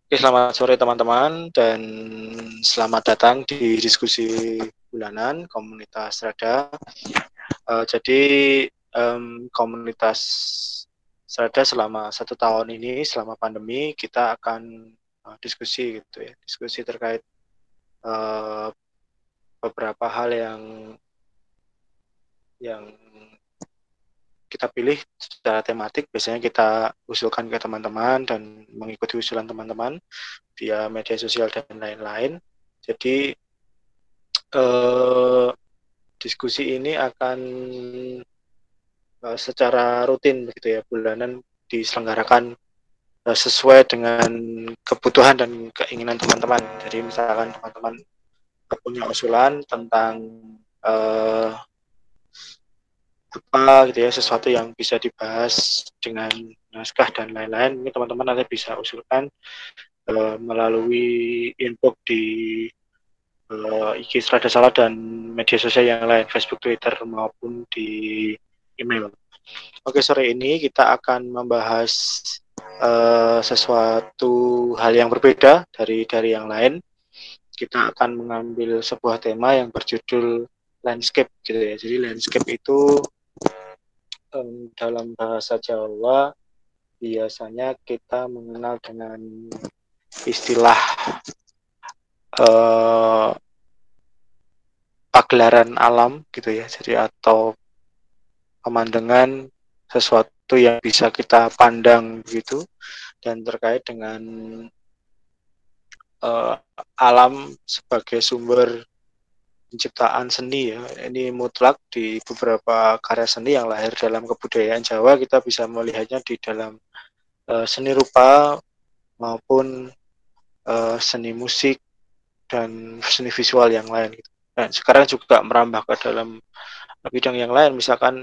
Oke, selamat sore teman-teman dan selamat datang di diskusi bulanan komunitas Strada. Jadi komunitas Strada selama 1 tahun ini, selama pandemi, kita akan diskusi gitu ya, diskusi terkait beberapa hal yang kita pilih secara tematik. Biasanya kita usulkan ke teman-teman dan mengikuti usulan teman-teman via media sosial dan lain-lain. Jadi diskusi ini akan secara rutin begitu ya, bulanan diselenggarakan sesuai dengan kebutuhan dan keinginan teman-teman. Jadi misalkan teman-teman punya usulan tentang apa gitu ya, sesuatu yang bisa dibahas dengan naskah dan lain-lain, ini teman-teman nanti bisa usulkan melalui inbox di IG Strada Salah dan media sosial yang lain, Facebook, Twitter, maupun di email. Oke, sore ini kita akan membahas sesuatu hal yang berbeda dari yang lain. Kita akan mengambil sebuah tema yang berjudul landscape gitu ya. Jadi landscape itu dalam bahasa Jawa biasanya kita mengenal dengan istilah pagelaran alam gitu ya. Jadi atau pemandangan sesuatu yang bisa kita pandang gitu, dan terkait dengan alam sebagai sumber penciptaan seni ya. Ini mutlak di beberapa karya seni yang lahir dalam kebudayaan Jawa. Kita bisa melihatnya di dalam seni rupa maupun seni musik dan seni visual yang lain gitu. Dan sekarang juga merambah ke dalam bidang yang lain, misalkan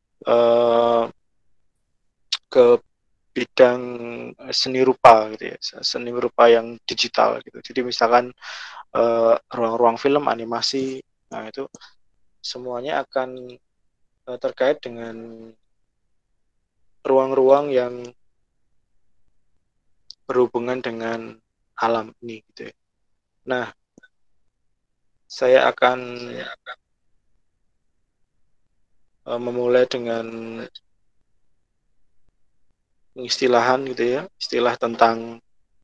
ke bidang seni rupa gitu ya, seni rupa yang digital gitu. Jadi misalkan ruang-ruang film, animasi, nah itu semuanya akan terkait dengan ruang-ruang yang berhubungan dengan alam ini gitu ya. Nah, saya akan memulai dengan pengistilahan gitu ya, istilah tentang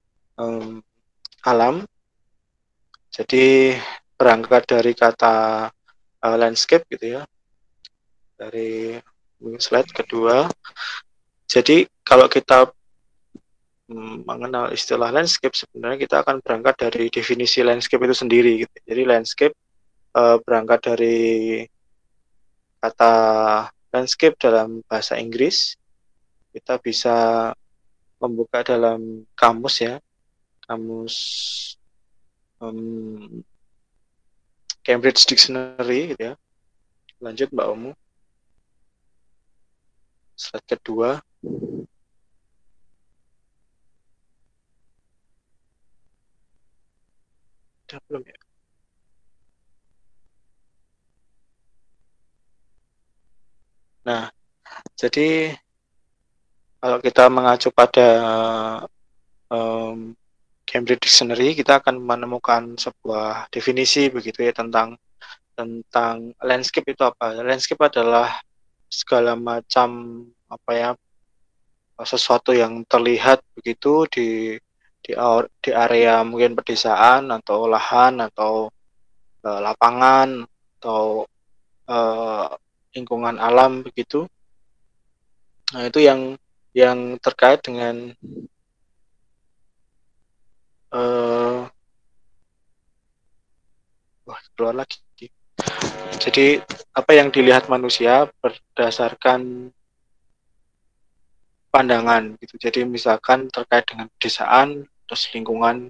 alam. Jadi berangkat dari kata landscape gitu ya, dari slide kedua. Jadi kalau kita mengenal istilah landscape, sebenarnya kita akan berangkat dari definisi landscape itu sendiri gitu. Jadi landscape berangkat dari kata landscape dalam bahasa Inggris. Kita bisa membuka dalam kamus ya, kamus Cambridge Dictionary gitu ya. Lanjut Mbak Omu, slide kedua. Udah belum ya? Nah, jadi kalau kita mengacu pada Cambridge Dictionary, kita akan menemukan sebuah definisi begitu ya tentang landscape itu apa. Landscape adalah segala macam apa ya, sesuatu yang terlihat begitu di area mungkin pedesaan atau lahan atau lapangan atau lingkungan alam begitu. Nah, itu yang terkait dengan keluar lagi. Jadi apa yang dilihat manusia berdasarkan pandangan gitu. Jadi misalkan terkait dengan pedesaan, terus lingkungan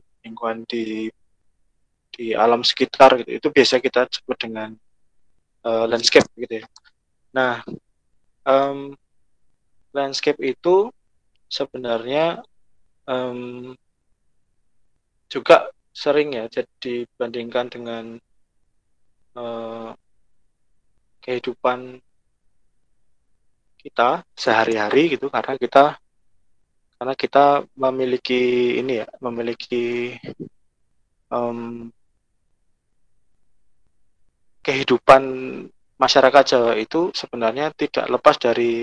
di alam sekitar gitu. Itu biasa kita sebut dengan landscape gitu ya. Nah, landscape itu sebenarnya juga sering ya jadi dibandingkan dengan kehidupan kita sehari-hari gitu, karena kita karena kita memiliki ini ya, memiliki kehidupan masyarakat Jawa itu sebenarnya tidak lepas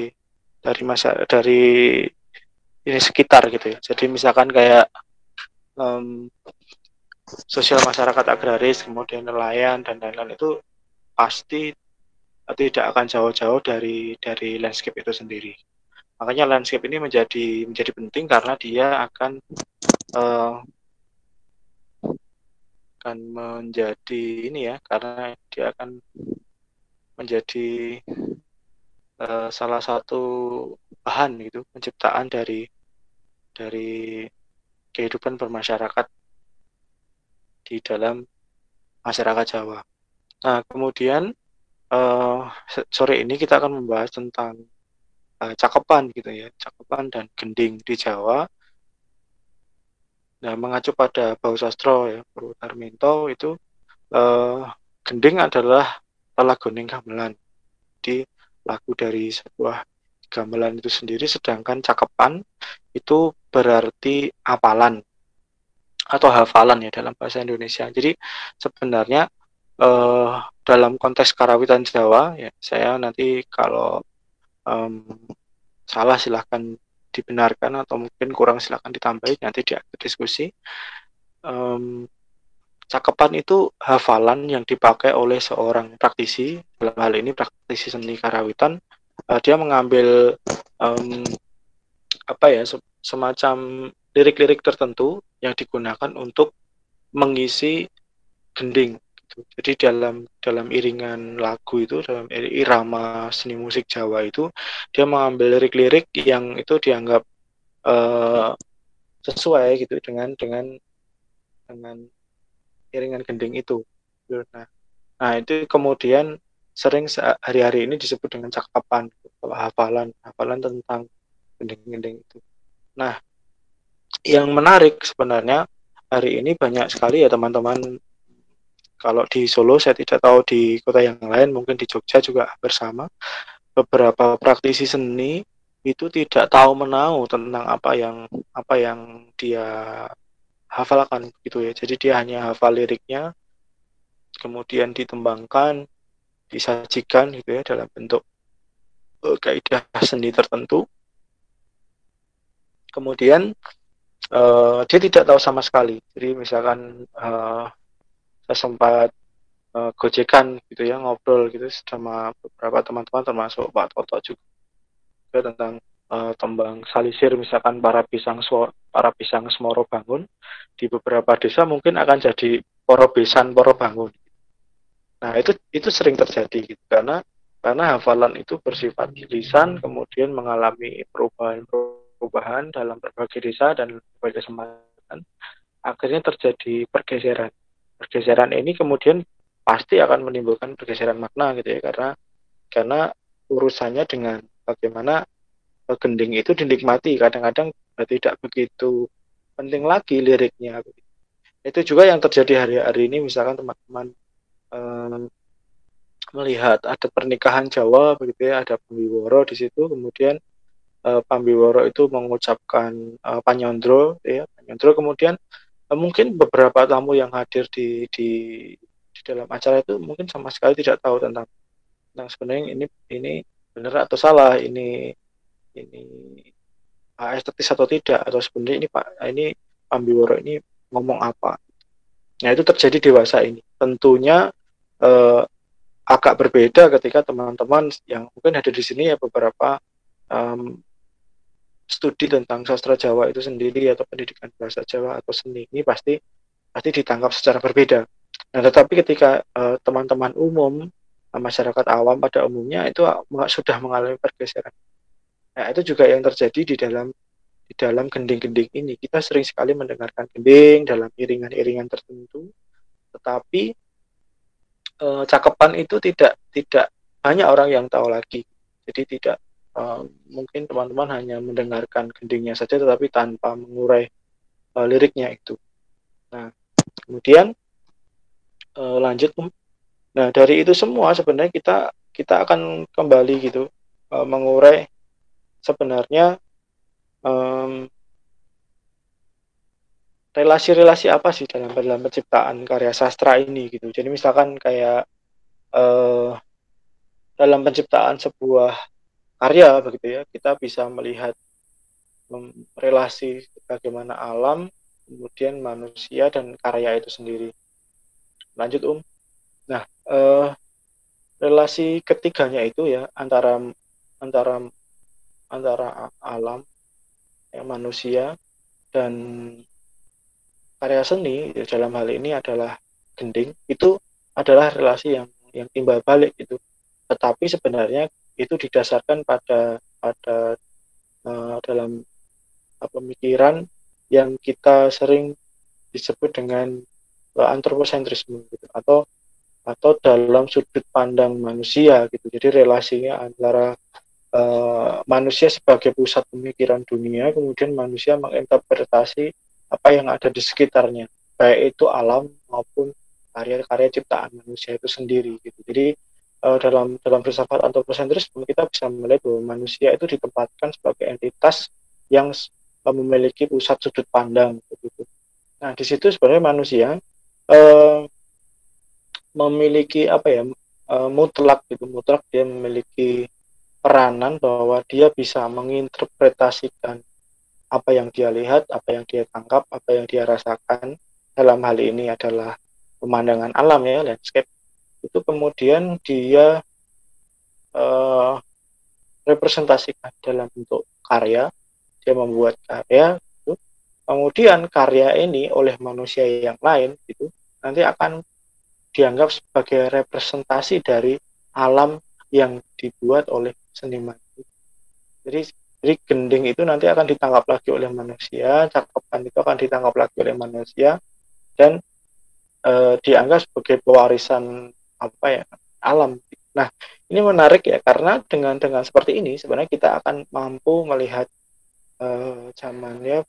dari ini sekitar gitu ya. Jadi misalkan kayak sosial masyarakat agraris, kemudian nelayan dan lain-lain itu pasti tidak akan jauh-jauh dari landscape itu sendiri. Makanya landscape ini menjadi penting karena dia uh, akan menjadi ini ya, karena dia akan menjadi salah satu bahan gitu penciptaan dari kehidupan bermasyarakat di dalam masyarakat Jawa. Nah, kemudian sore ini kita akan membahas tentang cakepan gitu ya, cakepan dan gending di Jawa. Nah, mengacu pada Bau Sastro ya, Purwodarminto itu gending adalah lelagoning gamelan. Jadi lagu dari sebuah gamelan itu sendiri, sedangkan cakepan itu berarti apalan atau hafalan ya dalam bahasa Indonesia. Jadi sebenarnya dalam konteks karawitan Jawa ya, saya nanti kalau salah silahkan dibenarkan atau mungkin kurang silahkan ditambahin nanti di akhir diskusi. Cakepan itu hafalan yang dipakai oleh seorang praktisi, dalam hal ini praktisi seni karawitan. Dia mengambil semacam lirik-lirik tertentu yang digunakan untuk mengisi gending. Jadi dalam iringan lagu itu, dalam irama seni musik Jawa itu, dia mengambil lirik-lirik yang itu dianggap sesuai gitu dengan iringan gending itu. Nah itu kemudian sering hari-hari ini disebut dengan cakapan, hafalan tentang gending-gending itu. Nah, yang menarik sebenarnya hari ini banyak sekali ya teman-teman. Kalau di Solo saya tidak tahu di kota yang lain, mungkin di Jogja juga bersama. Beberapa praktisi seni itu tidak tahu menahu tentang apa yang dia hafalkan gitu ya. Jadi dia hanya hafal liriknya, kemudian ditembangkan, disajikan gitu ya dalam bentuk kaidah seni tertentu. Kemudian dia tidak tahu sama sekali. Jadi misalkan saya sempat gojekan gitu ya, ngobrol gitu sama beberapa teman-teman termasuk Pak Toto juga tentang tembang salisir, misalkan para pisang semoro bangun di beberapa desa mungkin akan jadi poro besan poro bangun. Nah itu sering terjadi gitu karena hafalan itu bersifat lisan, kemudian mengalami perubahan dalam berbagai desa dan berbagai kesempatan, akhirnya terjadi pergeseran. Pergeseran ini kemudian pasti akan menimbulkan pergeseran makna gitu ya, karena urusannya dengan bagaimana gending itu dinikmati, kadang-kadang tidak begitu penting lagi liriknya. Itu juga yang terjadi hari-hari ini, misalkan teman-teman melihat ada pernikahan Jawa begitu ya, ada Pambiworo di situ, kemudian Pambiworo itu mengucapkan Panyondro ya, Panyondro, kemudian mungkin beberapa tamu yang hadir di dalam acara itu mungkin sama sekali tidak tahu tentang sebenarnya ini benar atau salah, ini estetis atau tidak, atau sebenarnya ini Pambiworo ini ngomong apa. Nah itu terjadi dewasa ini. Tentunya agak berbeda ketika teman-teman yang mungkin ada di sini ya, beberapa studi tentang sastra Jawa itu sendiri atau pendidikan bahasa Jawa atau seni, ini pasti ditangkap secara berbeda. Nah, tetapi ketika teman-teman umum, masyarakat awam pada umumnya itu sudah mengalami pergeseran. Nah, itu juga yang terjadi di dalam gending-gending ini. Kita sering sekali mendengarkan gending dalam iringan-iringan tertentu, tetapi cakepan itu tidak banyak orang yang tahu lagi. Jadi tidak mungkin teman-teman hanya mendengarkan gendingnya saja, tetapi tanpa mengurai liriknya itu. Nah, kemudian lanjut. Nah, dari itu semua sebenarnya kita akan kembali gitu mengurai sebenarnya relasi-relasi apa sih dalam penciptaan karya sastra ini gitu. Jadi misalkan kayak eh, dalam penciptaan sebuah karya begitu ya, kita bisa melihat relasi bagaimana alam, kemudian manusia dan karya itu sendiri. Lanjut Nah, relasi ketiganya itu ya antara antara alam, ya, manusia dan karya seni ya, dalam hal ini adalah gending itu adalah relasi yang timbal balik itu. Tetapi sebenarnya itu didasarkan pada dalam pemikiran yang kita sering disebut dengan antroposentrisme gitu, atau dalam sudut pandang manusia gitu. Jadi relasinya antara manusia sebagai pusat pemikiran dunia, kemudian manusia menginterpretasi apa yang ada di sekitarnya, baik itu alam maupun karya-karya ciptaan manusia itu sendiri gitu. Jadi dalam filsafat antroposentrisme kita bisa melihat bahwa manusia itu ditempatkan sebagai entitas yang memiliki pusat sudut pandang begitu. Nah, di situ sebenarnya manusia uh, memiliki apa ya, mutlak gitu, mutlak dia memiliki peranan bahwa dia bisa menginterpretasikan apa yang dia lihat, apa yang dia tangkap, apa yang dia rasakan, dalam hal ini adalah pemandangan alam ya, landscape, itu kemudian dia uh, representasikan dalam bentuk karya, dia membuat karya, gitu. Kemudian karya ini oleh manusia yang lain gitu nanti akan dianggap sebagai representasi dari alam yang dibuat oleh seniman. Jadi, jadi gending itu nanti akan ditangkap lagi oleh manusia, cakapan itu akan ditangkap lagi oleh manusia, dan dianggap sebagai pewarisan apa ya, alam. Nah, ini menarik ya karena dengan seperti ini sebenarnya kita akan mampu melihat zamannya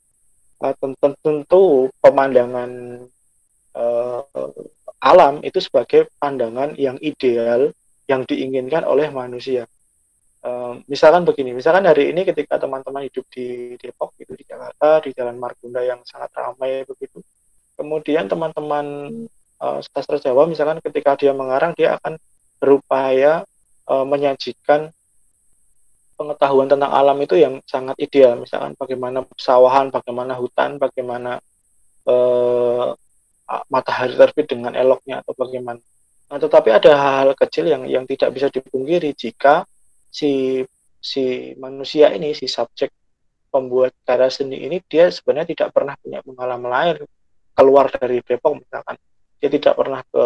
tentu pemandangan uh, alam itu sebagai pandangan yang ideal yang diinginkan oleh manusia. Misalkan begini, misalkan hari ini ketika teman-teman hidup di Depok itu di Jakarta di Jalan Margonda yang sangat ramai begitu, kemudian teman-teman sastra Jawa misalkan ketika dia mengarang dia akan berupaya menyajikan pengetahuan tentang alam itu yang sangat ideal, misalkan bagaimana pesawahan, bagaimana hutan, bagaimana eh, matahari terbit dengan eloknya atau bagaimana. Nah, tetapi ada hal-hal kecil yang tidak bisa dipungkiri jika si si manusia ini, si subjek pembuat karya seni ini, dia sebenarnya tidak pernah punya pengalaman lain keluar dari Depok misalkan. Dia tidak pernah ke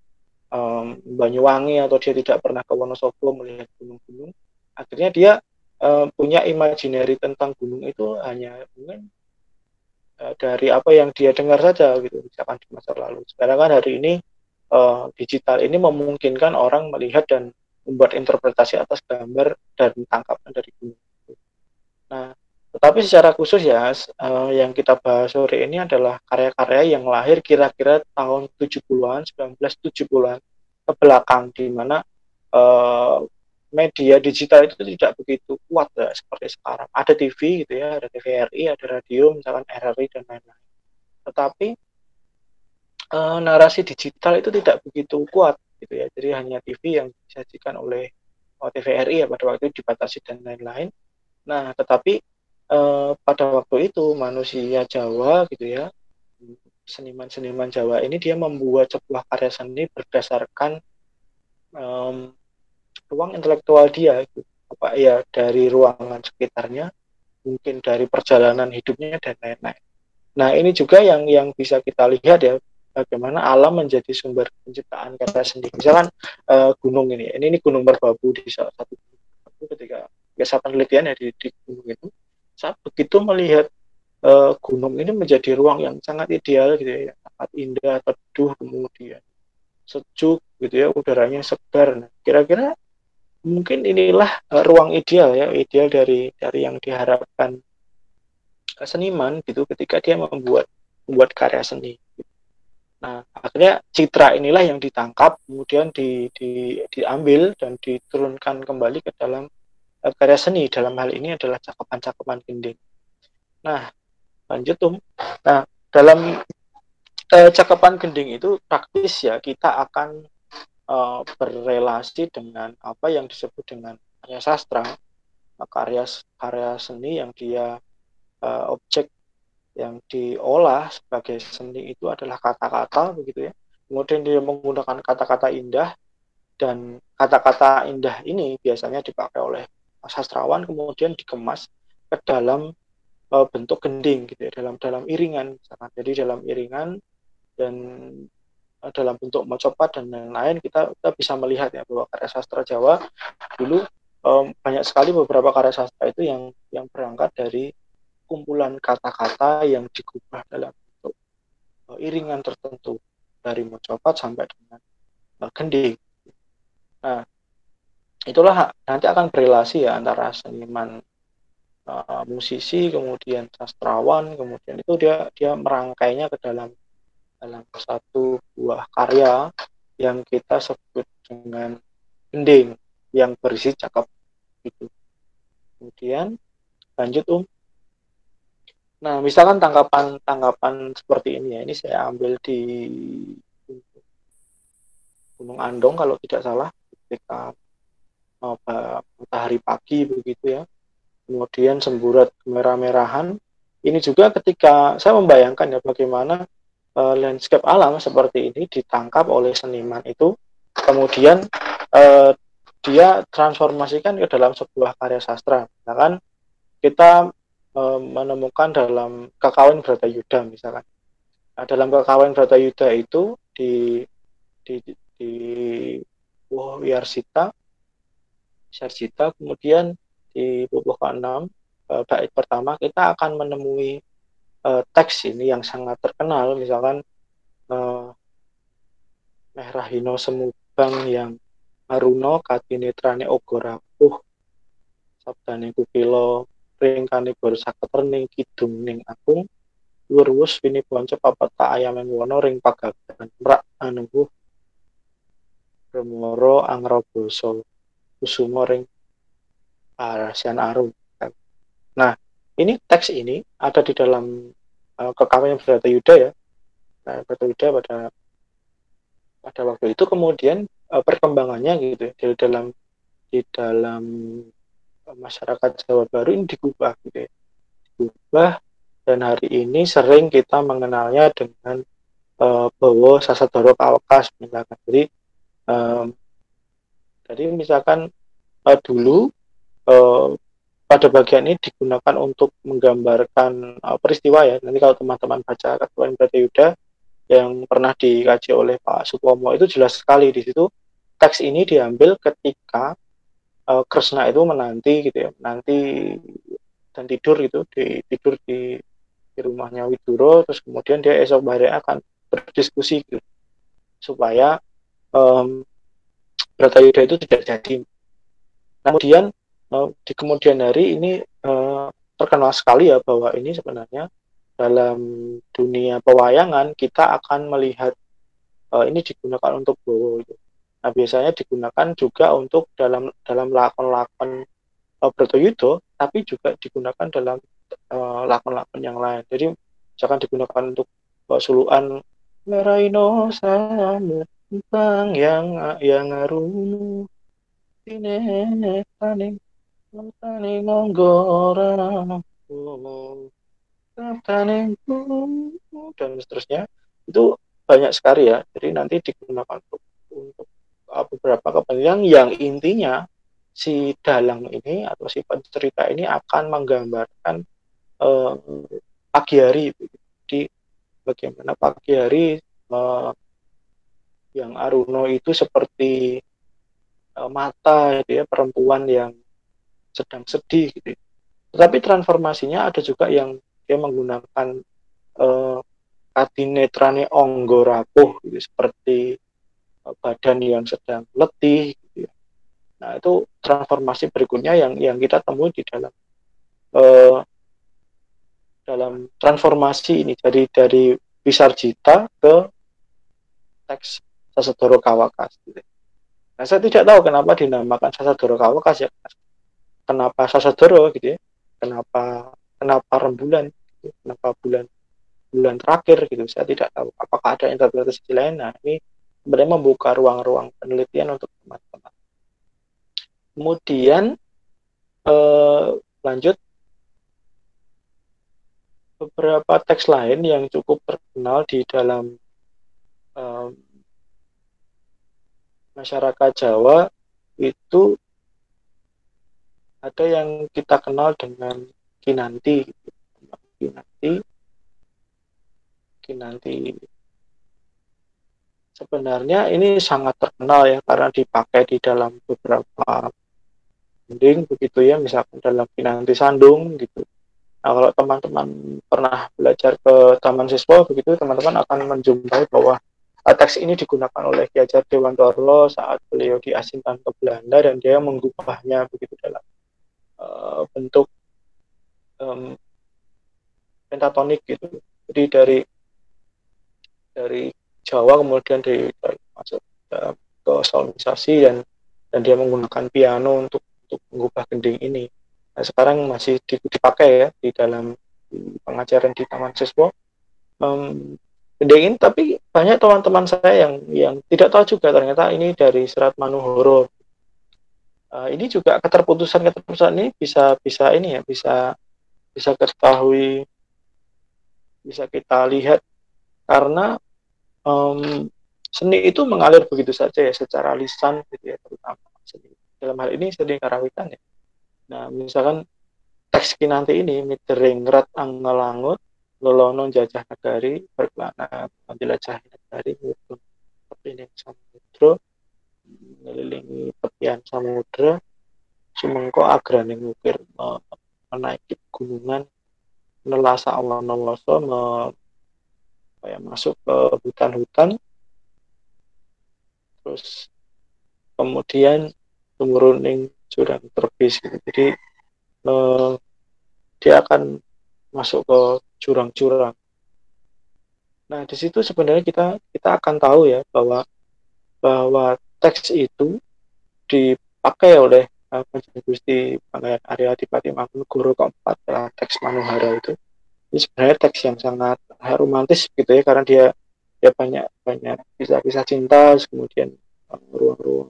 Banyuwangi atau dia tidak pernah ke Wonosobo melihat gunung-gunung. Akhirnya dia punya imajinari tentang gunung itu hanya mungkin dari apa yang dia dengar saja gitu misalkan di masa lalu. Sekarang kan hari ini digital ini memungkinkan orang melihat dan membuat interpretasi atas gambar dan tangkapan dari gunung. Nah, tetapi secara khusus ya yang kita bahas sore ini adalah karya-karya yang lahir kira-kira tahun 70-an, 1970-an ke belakang di mana eh, media digital itu tidak begitu kuat ya, seperti sekarang. Ada TV gitu ya, ada TVRI, ada radio, misalkan RRI dan lain-lain. Tetapi narasi digital itu tidak begitu kuat gitu ya. Jadi hanya TV yang disajikan oleh TVRI ya pada waktu itu dibatasi dan lain-lain. Nah, tetapi pada waktu itu manusia Jawa gitu ya, seniman-seniman Jawa ini dia membuat sebuah karya seni berdasarkan um, ruang intelektual dia gitu. Apa ya, dari ruangan sekitarnya, mungkin dari perjalanan hidupnya dan lain-lain. Nah, ini juga yang bisa kita lihat ya, bagaimana alam menjadi sumber penciptaan karya seni. Misalkan gunung ini gunung merbabu di salah satu gunung, ketika biasa penelitian ya di gunung itu, saat begitu melihat gunung ini menjadi ruang yang sangat ideal gitu ya, sangat indah, teduh, kemudian sejuk gitu ya, udaranya segar. Nah, kira-kira mungkin inilah ruang ideal ya, ideal dari yang diharapkan seniman gitu ketika dia membuat karya seni. Nah, akhirnya citra inilah yang ditangkap, kemudian diambil dan diturunkan kembali ke dalam karya seni. Dalam hal ini adalah cakapan-cakapan gending. Nah, lanjut Nah, dalam cakapan gending itu praktis ya, kita akan berrelasi dengan apa yang disebut dengan karya sastra, karya seni yang dia objek yang diolah sebagai seni itu adalah kata-kata begitu ya. Kemudian dia menggunakan kata-kata indah, dan kata-kata indah ini biasanya dipakai oleh sastrawan kemudian dikemas ke dalam bentuk gending gitu ya, dalam iringan misalkan. Jadi dalam iringan dan dalam bentuk mocopat dan lain-lain, kita bisa melihat ya bahwa karya sastra Jawa dulu banyak sekali beberapa karya sastra itu yang berangkat dari kumpulan kata-kata yang digubah dalam bentuk iringan tertentu dari mocopat sampai dengan gending. Nah, itulah nanti akan berelasi ya antara seniman, musisi, kemudian sastrawan, kemudian itu dia merangkainya ke dalam satu buah karya yang kita sebut dengan gending yang berisi cakep itu. Kemudian lanjut. Nah, misalkan tangkapan seperti ini ya, ini saya ambil di Gunung Andong kalau tidak salah, ketika matahari pagi begitu ya. Kemudian semburat kemerah-merahan. Ini juga ketika saya membayangkan ya bagaimana landscape alam seperti ini ditangkap oleh seniman itu, kemudian dia transformasikan ke dalam sebuah karya sastra. Misalkan kita menemukan dalam Kakawin Bratayuda misalkan. Nah, dalam Kakawin Bratayuda itu di Wiarsita, kemudian di buku ke-6 bait pertama kita akan menemui teks ini yang sangat terkenal, misalkan Meh Rahino Semubang yang Aruno Katinetrane Ogorapuh sabdane kukila ring kanigor saketerning kidung ning agung lurwus winibonco papat tak ayamen wono ring pagagan mrak anuhuh remoro angroboso kusumo ring parasian arum. Nah, ini teks ini ada di dalam Kakawin Bratayuda ya. Nah, Bratayuda pada waktu itu kemudian perkembangannya gitu ya, di dalam masyarakat Jawa Baru ini digubah gitu ya. Digubah, dan hari ini sering kita mengenalnya dengan Bowo Sasadoro Kawekas misalkan. Jadi misalkan dulu pada bagian ini digunakan untuk menggambarkan peristiwa ya. Nanti kalau teman-teman baca Kakawin Bratayuda yang pernah dikaji oleh Pak Supomo itu jelas sekali di situ teks ini diambil ketika Kresna itu menanti gitu ya, menanti dan tidur gitu, tidur di rumahnya Widuro, terus kemudian dia esok hari akan berdiskusi gitu, supaya Bratayuda itu tidak jadi. Nah, kemudian di kemudian hari ini terkenal sekali ya bahwa ini sebenarnya dalam dunia pewayangan kita akan melihat ini digunakan untuk Bowo. Nah, biasanya digunakan juga untuk dalam lakon-lakon Bratayuda, tapi juga digunakan dalam lakon-lakon yang lain. Jadi misalkan digunakan untuk suluan Meraino Samu tentang yang aruno ini taning ngonggora taning dan seterusnya, itu banyak sekali ya. Jadi nanti digunakan untuk beberapa kepentingan yang intinya si dalang ini atau si pencerita ini akan menggambarkan pagi hari. Jadi bagaimana pagi hari yang Aruno itu seperti mata gitu ya, perempuan yang sedang sedih gitu. Tetapi transformasinya ada juga yang dia menggunakan katinetrane onggo rapuh gitu, seperti badan yang sedang letih gitu ya. Nah, itu transformasi berikutnya yang kita temui di dalam transformasi ini, jadi dari Wisarjita ke teks Sasadoro Kawakas gitu. Nah, saya tidak tahu kenapa dinamakan Sasadoro Kawakas ya. Kenapa Sasadoro gitu ya? Kenapa rembulan gitu, kenapa bulan bulan terakhir gitu. Saya tidak tahu apakah ada interpretasi lain. Nah, ini sebenarnya membuka ruang-ruang penelitian untuk teman-teman. Kemudian lanjut, beberapa teks lain yang cukup terkenal di dalam masyarakat Jawa itu ada yang kita kenal dengan Kinanti. Kinanti sebenarnya ini sangat terkenal ya karena dipakai di dalam beberapa gending begitu ya, misalkan dalam Kinanti Sandung gitu. Nah, kalau teman-teman pernah belajar ke Taman Siswa begitu, teman-teman akan menjumpai bahwa teks ini digunakan oleh Ki Hajar Dewantara saat beliau diasingkan ke Belanda dan dia menggubahnya begitu dalam bentuk pentatonik gitu. Jadi dari Jawa kemudian masuk ke solonisasi dan dia menggunakan piano untuk mengubah gending ini. Nah, sekarang masih dipakai ya di dalam pengajaran di Taman Siswa. Gending ini, tapi banyak teman-teman saya yang tidak tahu juga ternyata ini dari Serat Manuhoro. Ini juga keterputusan ini bisa ini ya bisa ketahui, bisa kita lihat karena seni itu mengalir begitu saja ya secara lisan gitu ya, terutama seni. Dalam hal ini seni karawitan ya. Nah, misalkan teks Kinanti ini mitering rat angelangut lolono jajah negari berkelana menjelajahi negari tepining samudra ngelilingi tepian samudra sumengko agraning ngukir menaiki gunungan nelasa Allah neloso masuk ke hutan-hutan, terus kemudian turuning jurang terbis gitu. Jadi dia akan masuk ke jurang-jurang. Nah, di situ sebenarnya kita akan tahu ya bahwa teks itu dipakai oleh Kanjeng Gusti Pangeran Arya Adipati Mangkunegoro keempat dalam teks Manuhara itu. Ini sebenarnya teks yang sangat romantis gitu ya, karena dia banyak kisah-kisah cinta, kemudian ruang-ruang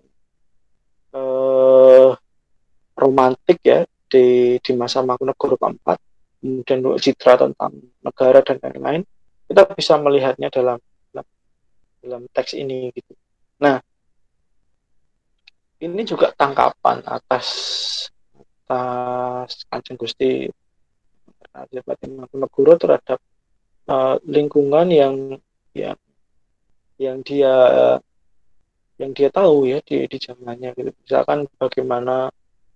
romantik ya di masa Mangkunegoro keempat, kemudian citra tentang negara dan lain-lain, kita bisa melihatnya dalam teks ini gitu. Nah, ini juga tangkapan atas Kanjeng Gusti Adipati Mangkunegoro terhadap lingkungan yang yang dia yang dia tahu ya di zamannya gitu. Misalkan bagaimana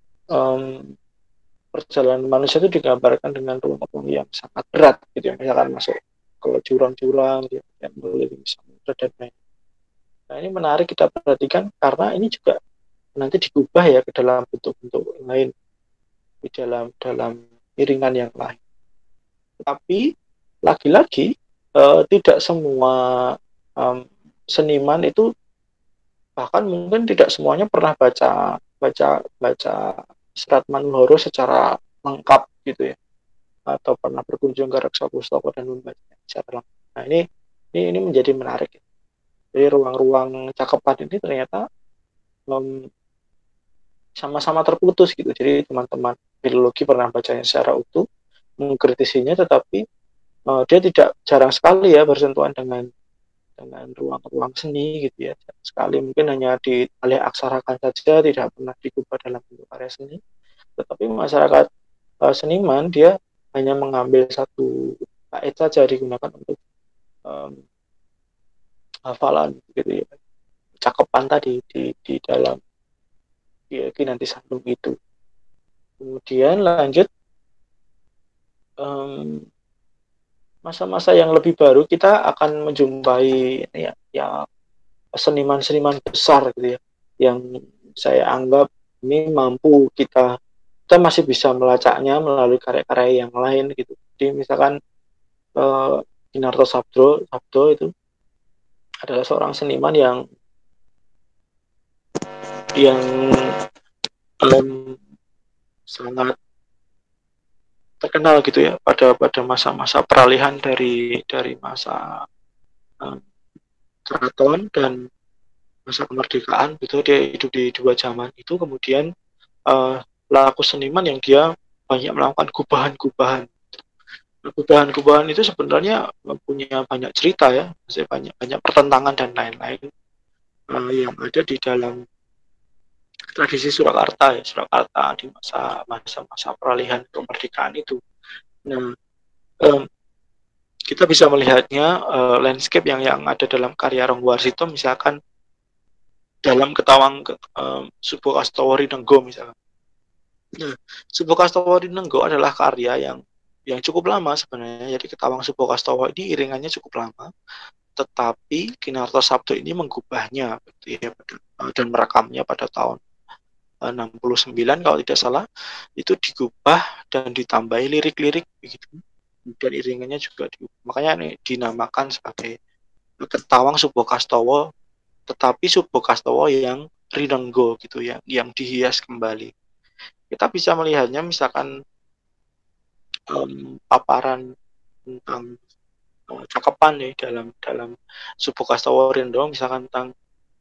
perjalanan manusia itu digambarkan dengan ruang-ruang yang sangat berat gitu ya, misalkan masuk ke jurang-jurang yang melilit samudra dan lain. Nah, ini menarik kita perhatikan karena ini juga nanti diubah ya ke dalam bentuk-bentuk lain di dalam iringan yang lain. Tapi lagi-lagi tidak semua seniman itu, bahkan mungkin tidak semuanya pernah baca Serat Manuhoro secara lengkap gitu ya, atau pernah berkunjung ke Reksa Pustaka dan membacanya secara lengkap. Nah, ini menjadi menarik. Jadi ruang-ruang cakepan ini ternyata sama-sama terputus gitu. Jadi teman-teman filologi pernah bacanya secara utuh, mengkritisinya, tetapi dia tidak jarang sekali ya bersentuhan dengan ruang-ruang seni gitu ya. Sekali mungkin hanya dialih aksarakan saja, tidak pernah digubah dalam bentuk karya seni. Tetapi masyarakat seniman dia hanya mengambil satu bait saja digunakan untuk hafalan gitu ya, cakepan tadi di dalam Kinanti Sandung itu. Kemudian lanjut masa-masa yang lebih baru, kita akan menjumpai ya seniman-seniman besar gitu ya, yang saya anggap ini mampu kita masih bisa melacaknya melalui karya-karya yang lain gitu. Jadi misalkan Kinarto Sabdo itu adalah seorang seniman yang sangat terkenal gitu ya pada masa-masa peralihan dari masa keraton dan masa kemerdekaan gitu. Dia hidup di dua zaman itu, kemudian pelaku seniman yang dia banyak melakukan gubahan-gubahan. Nah, gubahan-gubahan itu sebenarnya punya banyak cerita ya, maksudnya banyak banyak pertentangan dan lain-lain yang ada di dalam tradisi Surakarta ya, Surakarta di masa peralihan kemerdekaan itu. Nah, um, kita bisa melihatnya landscape yang ada dalam karya Ronggo Warsito, misalkan dalam Ketawang Subo Kastowori Nenggo misalkan. Nah, Subo Kastowori Nenggo adalah karya yang cukup lama sebenarnya. Jadi Ketawang Subo Kastowo ini iringannya cukup lama, tetapi Kinarto Sabdo ini menggubahnya gitu ya, dan merekamnya pada tahun 69 kalau tidak salah, itu digubah dan ditambahi lirik-lirik begitu, dan iringannya juga diubah. Makanya ini dinamakan sebagai Ketawang Subo Kastowo, tetapi Subo Kastowo yang rinenggo gitu ya, yang dihias kembali. Kita bisa melihatnya misalkan paparan tentang cakepan nih dalam dalam Subo Kastowo Rinenggo, misalkan tentang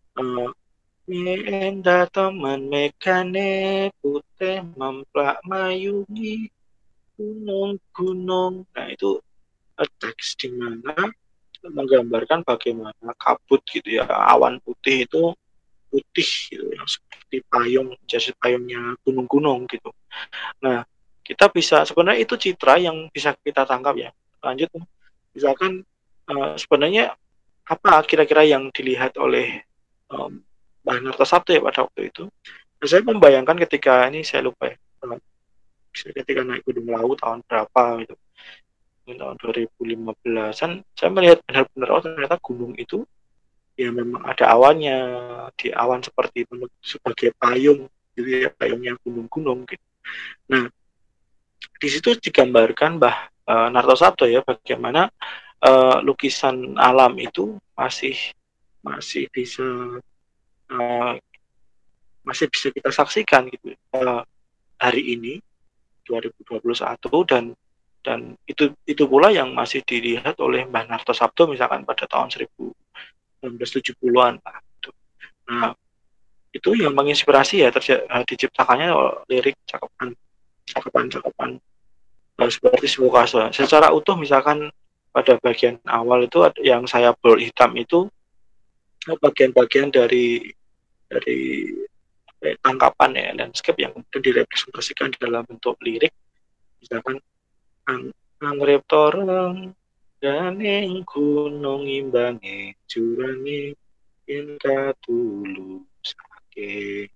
enda teman mekane putih memplak mayungi gunung-gunung. Nah itu teks di mana menggambarkan bagaimana kabut gitu ya, awan putih itu putih gitu, yang seperti payung, jadi payungnya gunung-gunung gitu. Nah, kita bisa sebenarnya itu citra yang bisa kita tangkap ya. Lanjut, misalkan sebenarnya apa kira-kira yang dilihat oleh Mbah Narto Sabdo ya pada waktu itu. Nah, saya membayangkan ketika ini saya lupa ya, ketika naik Gunung Lawu tahun berapa gitu, tahun 2015-an, saya melihat benar-benar oh ternyata gunung itu ya memang ada awannya, di awan seperti sebagai payung gitu ya, payungnya gunung-gunung gitu. Nah, di situ digambarkan Narto Sabdo ya bagaimana lukisan alam itu masih bisa uh, masih bisa kita saksikan gitu hari ini 2021, dan itu pula yang masih dilihat oleh Mbah Narto Sabdo misalkan pada tahun 1970-an lah gitu. Nah, itu yang menginspirasi ya diciptakannya lirik cakapan seperti sebuah kasus. Secara utuh misalkan pada bagian awal itu yang saya bold hitam itu bagian-bagian dari tangkapan ya landscape yang kemudian direpresentasikan dalam bentuk lirik, misalkan angrep toreng ganing gunung imbange jurange yen katulus ake.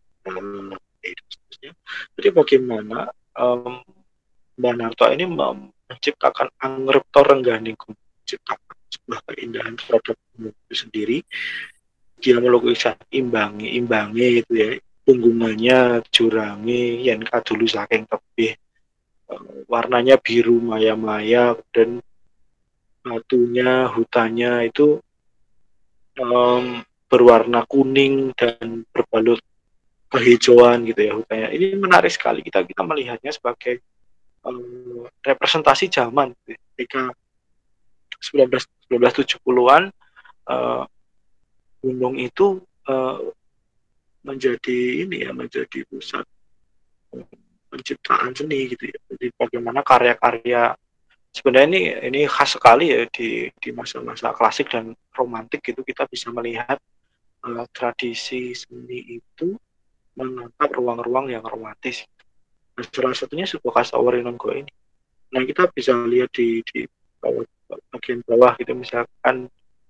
Jadi bagaimana Mbak Narto ini menciptakan angrep toreng ganing gunung, menciptakan sebuah keindahan produk itu sendiri. Dia melukiskan imbangi itu ya, punggungannya jurangi yang kadulu saking tebih, warnanya biru maya-maya, dan batunya hutannya itu berwarna kuning dan berbalut kehijauan gitu ya hutannya. Ini menarik sekali, kita melihatnya sebagai representasi zaman gitu. Ketika 1970-an gunung itu menjadi pusat penciptaan seni gitu ya. Jadi bagaimana karya-karya sebenarnya ini khas sekali ya di masa-masa klasik dan romantik gitu, kita bisa melihat tradisi seni itu menangkap ruang-ruang yang romantis. Nah, salah satunya sebuah Kastowo Rinenggo ini. Nah, kita bisa lihat di bagian bawah gitu, misalkan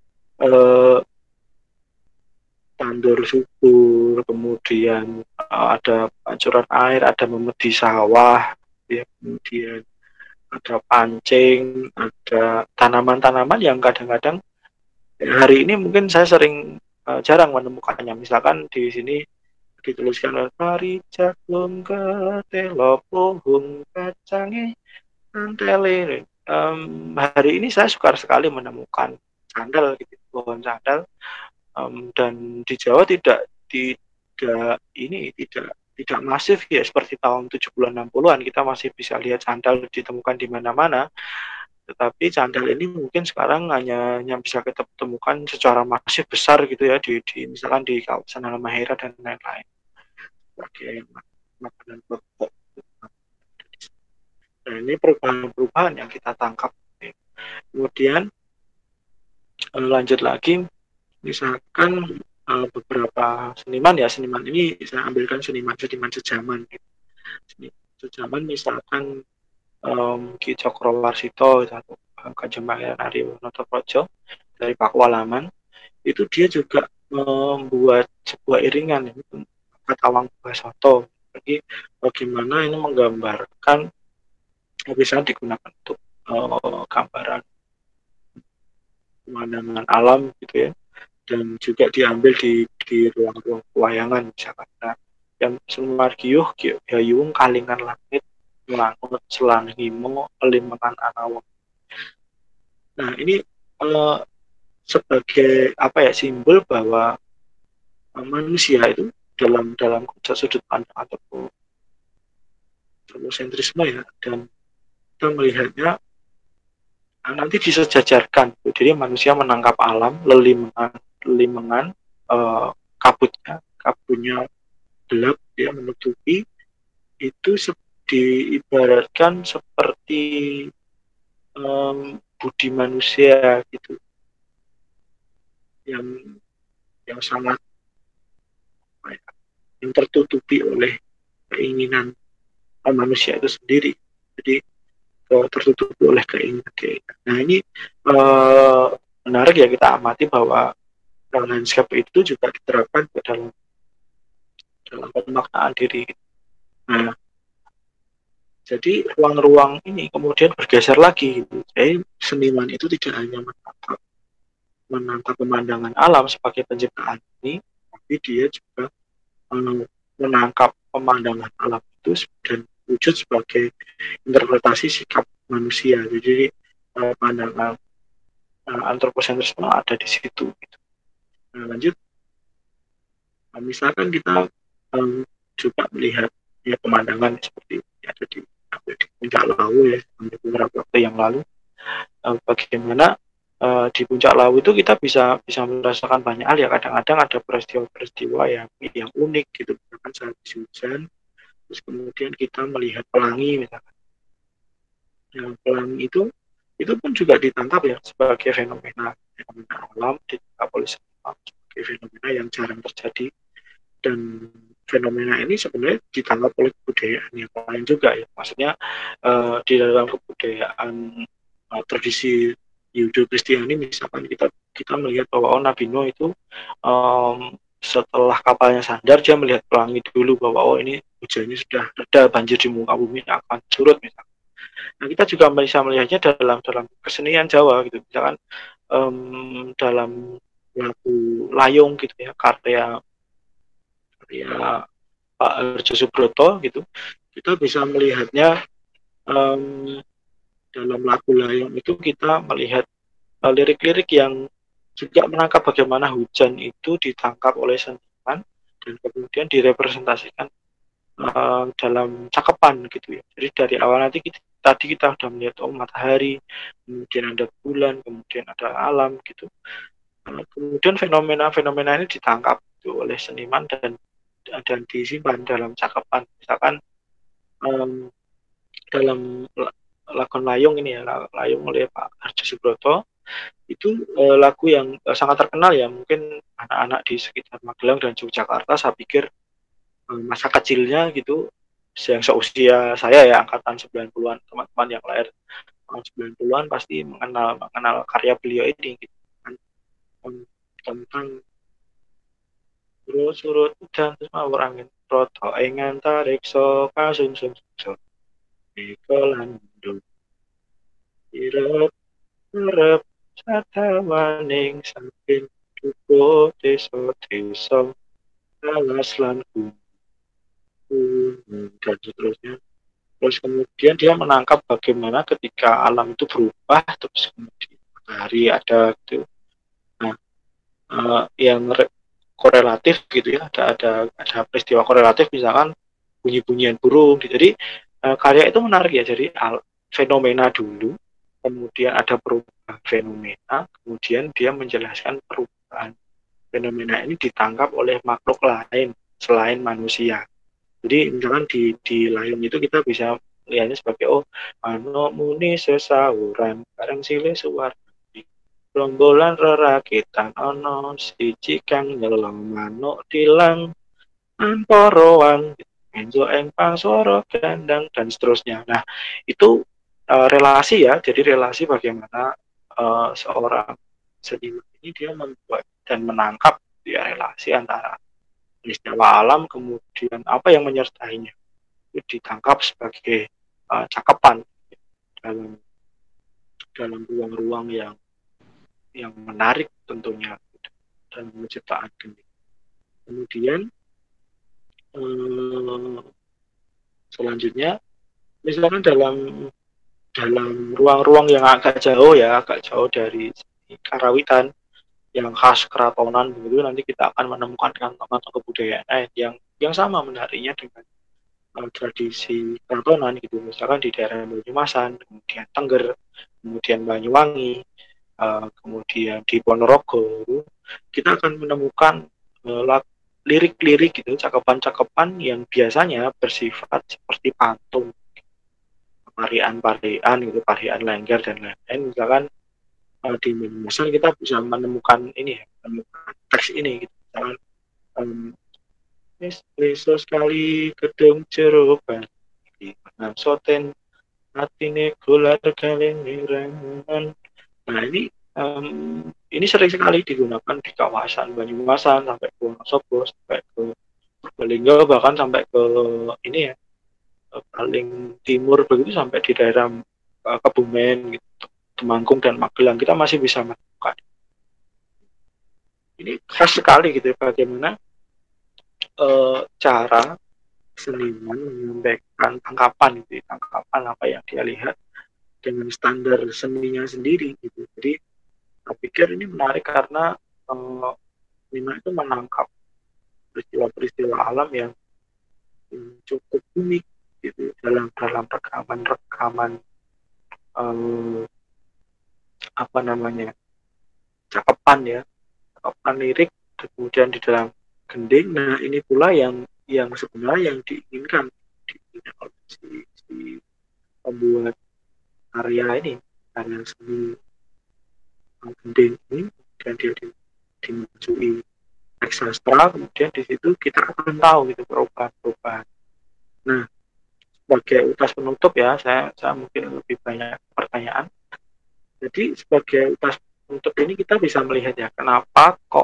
tandur subur, kemudian ada pancuran air, ada memedi sawah, ya, kemudian ada pancing, ada tanaman-tanaman yang kadang-kadang hari ini mungkin saya sering jarang menemukannya. Misalkan di sini dituliskan pari jagung ketelo pohon kacange antele. Hari ini saya suka sekali menemukan sandal gitu, pohon sandal, dan di Jawa tidak tidak masif ya seperti tahun 70-an 60-an, kita masih bisa lihat candal ditemukan di mana-mana. Tetapi candal ini mungkin sekarang hanya bisa kita temukan secara masif besar gitu ya di misalkan di kawasan Halmahera dan lain-lain sebagai makanan pokok. Nah, ini perubahan-perubahan yang kita tangkap. Kemudian lanjut lagi, misalkan beberapa seniman ini saya ambilkan seniman sejaman. Sejaman misalkan Ki Cokrowarsito atau Kanjeng Pangeran Arya Notoprojo dari Pakualaman, itu dia juga membuat sebuah iringan itu Katawang Basoto. Jadi bagaimana ini menggambarkan bisa digunakan untuk gambaran pemandangan alam gitu ya, dan juga diambil di ruang-ruang pewayangan misalkan. Nah, yang Sumargiuh Gayung Kalingan Langit Melangut Selan Himo Limengan Anawang. Nah, ini sebagai simbol bahwa manusia itu dalam sudut pandang atau sentrisme ya, dan kita melihatnya nanti disejajarkan. Jadi manusia menangkap alam, lelimengan kabutnya gelap dia menutupi, itu diibaratkan seperti budi manusia gitu, yang sangat yang tertutupi oleh keinginan manusia itu sendiri. Jadi tertutup oleh keinginan. Nah, ini menarik ya kita amati bahwa landscape itu juga diterapkan dalam pemaknaan diri. Nah, jadi ruang-ruang ini kemudian bergeser lagi. Jadi seniman itu tidak hanya menangkap pemandangan alam sebagai penciptaan ini, tapi dia juga menangkap pemandangan alam itu dan wujud sebagai interpretasi sikap manusia. Jadi pandangan antroposentrisme ada di situ. Gitu. Nah, lanjut, misalkan kita juga melihat ya pemandangan seperti ada di Puncak Lawu ya beberapa waktu yang lalu, bagaimana di Puncak Lawu itu kita bisa merasakan banyak hal ya. Kadang-kadang ada peristiwa-peristiwa yang unik gitu, misalkan saat hujan, terus kemudian kita melihat pelangi misalkan. Yang pelangi itu pun juga ditangkap ya sebagai fenomena alam, ditangkap oleh sebagai fenomena yang jarang terjadi, dan fenomena ini sebenarnya ditangkap oleh kebudayaan yang lain juga ya. Maksudnya di dalam kebudayaan tradisi Yudho Kristiani misalkan kita melihat bahwa Nabi Nuh itu setelah kapalnya sandar dia melihat pelangi dulu bahwa ini hujannya sudah reda, banjir di muka bumi akan surut misalkan. Nah, kita juga bisa melihatnya dalam kesenian Jawa gitu, misalkan dalam lagu Layung gitu ya, karya Pak Harjo Subroto gitu, kita bisa melihatnya dalam lagu Layung itu kita melihat lirik-lirik yang juga menangkap bagaimana hujan itu ditangkap oleh seniman dan kemudian direpresentasikan dalam cakepan gitu ya. Jadi dari awal nanti tadi kita sudah melihat matahari, kemudian ada bulan, kemudian ada alam gitu. Kemudian fenomena ini ditangkap gitu oleh seniman dan disimpan dalam cakepan. Misalkan dalam Lakon Layung ini ya, Layung oleh Pak Harjo Subroto, itu lagu yang sangat terkenal ya, mungkin anak-anak di sekitar Magelang dan Yogyakarta saya pikir masa kecilnya gitu, yang seusia saya ya, angkatan 90-an, teman-teman yang lahir tahun 90-an pasti mengenal karya beliau ini gitu kan, tentang surut hujan terus mawur angin proto engan tarik soka sungsung sungsung ikolandu irep irep satawaning samping duko deso alas lan dan seterusnya. Terus kemudian dia menangkap bagaimana ketika alam itu berubah, terus kemudian matahari ada gitu. Nah, yang korelatif gitu ya, ada peristiwa korelatif misalkan bunyi-bunyian burung. Jadi karya itu menarik ya, jadi fenomena dulu, kemudian ada perubahan fenomena, kemudian dia menjelaskan perubahan fenomena ini ditangkap oleh makhluk lain selain manusia. Jadi misalkan di layang itu kita bisa lihatnya sebagai manuk muni sesauran bareng sile suar lombolan rerakitan ono siji kang nyelong manuk tilang Amporowan, Enzo Engpang, Suara Gandang, dan seterusnya. Nah, itu relasi ya, jadi relasi bagaimana seorang seniman ini dia membuat dan menangkap ya, relasi antara peristiwa alam, kemudian apa yang menyertainya. Itu ditangkap sebagai cakapan dalam dalam ruang-ruang yang menarik tentunya dan menciptakan geni. Kemudian selanjutnya misalkan dalam ruang-ruang yang agak jauh ya, agak jauh dari karawitan yang khas keratonan begitu, nanti kita akan menemukan kantong-kantong kebudayaan yang sama menariknya dengan tradisi keratonan gitu. Misalkan di daerah Banyumasan, kemudian Tengger, kemudian Banyuwangi, kemudian di Ponorogo, kita akan menemukan lirik-lirik gitu, cakapan-cakapan yang biasanya bersifat seperti pantun, parian-parian gitu, parian lengger dan lain-lain. Misalkan di Banyumasan kita bisa menemukan ini ya, menemukan teks ini gitu. Misalkan Leso sekali gedung ceroban di soten hatine gular galeng mirangan. Nah ini sering sekali digunakan di kawasan Banyumasan sampai ke Wonosobo, sampai ke Purbalingga, bahkan sampai ke ini ya, paling timur begitu sampai di daerah Kebumen gitu, Temanggung dan Magelang kita masih bisa menemukan. Ini khas sekali gitu bagaimana cara seniman menyampaikan tangkapan gitu, tangkapan apa yang dia lihat dengan standar seninya sendiri gitu. Jadi saya pikir ini menarik karena seniman itu menangkap peristiwa-peristiwa alam yang cukup unik gitu dalam rekaman apa namanya, cakapan ya, cakapan lirik kemudian di dalam gending. Nah ini pula yang sebenarnya yang diinginkan oleh si pembuat karya ini, karya seni gending ini, dan dia dimasui teks sastra, kemudian di situ kita akan tahu gitu perubahan-perubahan. Nah sebagai utas penutup ya, saya mungkin lebih banyak pertanyaan. Jadi sebagai utas penutup ini kita bisa melihat ya, kenapa kok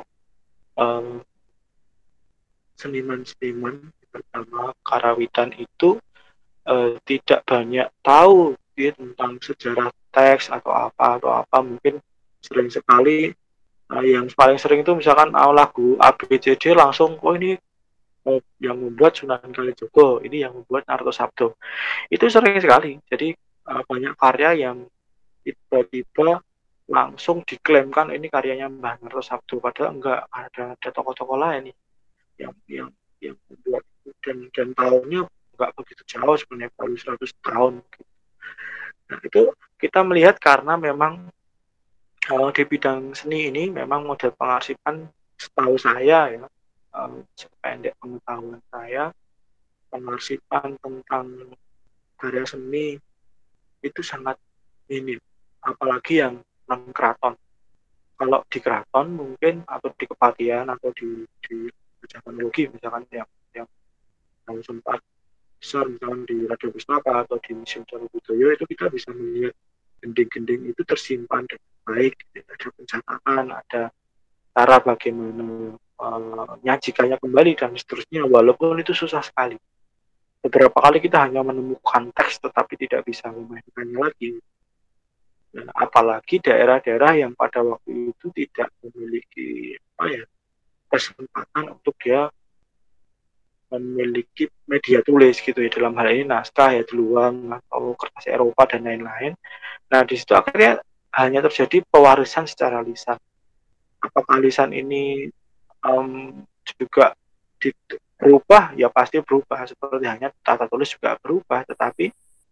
seniman-seniman terutama karawitan itu tidak banyak tahu ya, tentang sejarah teks atau apa. Mungkin sering sekali yang paling sering itu misalkan lagu ABCD langsung ini yang membuat Sunan Kalijogo, ini yang membuat Narto Sabdo. Itu sering sekali. Jadi banyak karya yang tiba-tiba langsung diklaimkan ini karyanya Mbah Narto Sabdo, padahal enggak, ada tokoh-tokoh lain yang membuat itu, dan tahunnya enggak begitu jauh sebenarnya, baru 100 tahun. Nah itu kita melihat karena memang di bidang seni ini memang model pengarsipan setahu saya ya, sependek pengetahuan saya, pengarsipan tentang karya seni itu sangat minim, apalagi yang non keraton. Kalau di keraton mungkin atau di kepatian atau di teknologi misalkan yang sempat besar misalkan di Radio Pustaka atau di Museum Cagar Budaya, itu kita bisa melihat gending-gending itu tersimpan dengan baik, ada pencatatan, ada cara bagaimana menyajikannya kembali dan seterusnya, walaupun itu susah sekali. Beberapa kali kita hanya menemukan teks tetapi tidak bisa memainkannya lagi. Dan apalagi daerah-daerah yang pada waktu itu tidak memiliki kesempatan untuk dia memiliki media tulis gitu ya, dalam hal ini naskah ya, duluan atau kertas Eropa dan lain-lain. Nah di situ akhirnya hanya terjadi pewarisan secara lisan. Apakah lisan ini juga berubah ya pasti berubah, seperti hanya tata tulis juga berubah, tetapi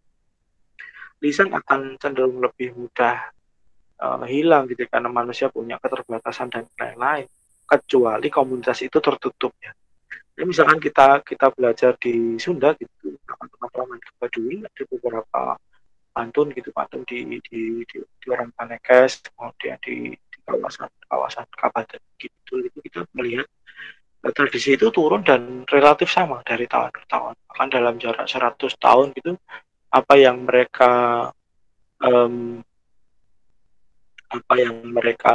lisan akan cenderung lebih mudah hilang gitu karena manusia punya keterbatasan dan lain-lain, kecuali komunitas itu tertutup ya. Jadi misalkan kita kita belajar di Sunda gitu, teman-teman Baduy ada beberapa pantun gitu, pantun di orang Panekes, kemudian di kawasan kawasan Kabupaten gitu, itu kita melihat tradisi itu turun dan relatif sama dari tahun ke tahun. Bahkan dalam jarak 100 tahun gitu, apa yang mereka um, apa yang mereka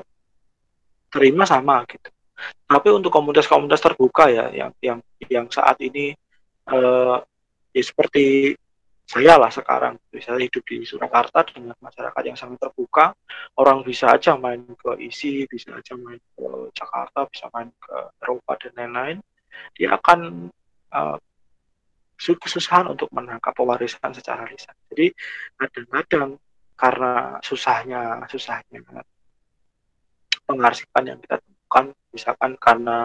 terima sama gitu. Tapi untuk komunitas-komunitas terbuka ya, yang saat ini uh, ya seperti saya lah sekarang, saya hidup di Surakarta dengan masyarakat yang sangat terbuka, orang bisa aja main ke ISI, bisa aja main ke Jakarta, bisa main ke Eropa dan lain-lain, dia akan uh, kesusahan untuk menangkap pewarisan secara lisan. Jadi kadang-kadang karena susahnya pengarsipan yang kita temukan, misalkan karena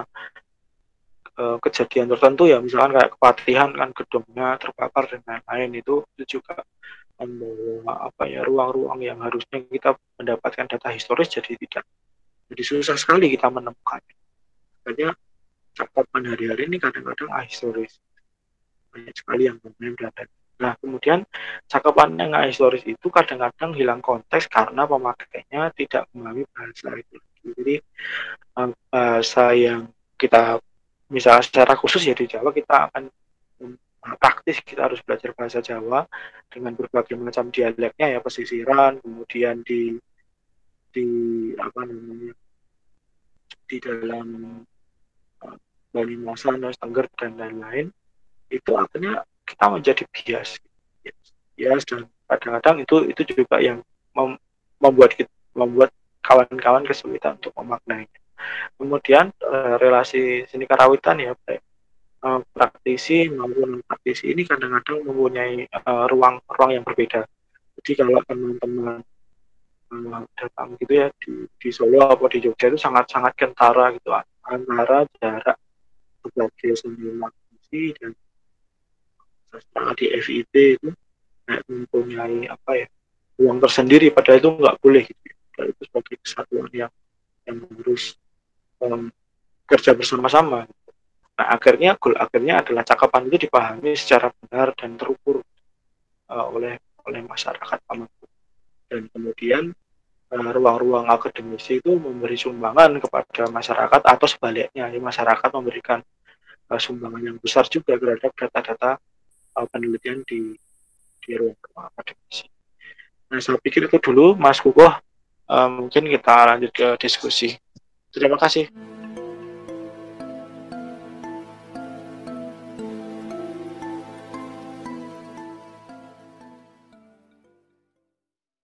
kejadian tertentu ya, misalkan kayak kepatihan kan gedungnya terbakar dan lain-lain, itu juga membawa apa ya, ruang-ruang yang harusnya kita mendapatkan data historis jadi tidak, jadi susah sekali kita menemukannya. Makanya cakupan hari-hari ini kadang-kadang ahistoris, banyak sekali yang bermain dan nah kemudian cakupan yang ahistoris itu kadang-kadang hilang konteks karena pemakainya tidak memahami bahasa itu. Jadi bahasa yang kita misalnya secara khusus ya di Jawa kita akan praktis, kita harus belajar bahasa Jawa dengan berbagai macam dialeknya ya, pesisiran, kemudian di apa namanya, di dalam Banyumasan, Tengger dan lain-lain, itu akhirnya kita menjadi bias, bias dan kadang-kadang itu juga yang membuat kawan-kawan kesulitan untuk memaknainya. Kemudian relasi seni karawitan ya, baik praktisi maupun praktisi ini kadang-kadang mempunyai ruang yang berbeda. Jadi kalau teman-teman datang gitu ya di Solo atau di Jogja itu sangat-sangat kentara gitu antara jarak sebagai seniman musisi dan sastra di FIP itu kayak mempunyai apa ya, ruang tersendiri, padahal itu nggak boleh gitu. Padahal itu sebagai kesatuan yang harus um, kerja bersama-sama. Nah akhirnya goal akhirnya adalah cakapan itu dipahami secara benar dan terukur oleh masyarakat Pamengpeek, dan kemudian ruang-ruang akademisi itu memberi sumbangan kepada masyarakat atau sebaliknya ya, masyarakat memberikan sumbangan yang besar juga terhadap data-data penelitian di ruang akademisi. Nah saya pikir itu dulu Mas Kukoh, mungkin kita lanjut ke diskusi. Terima kasih.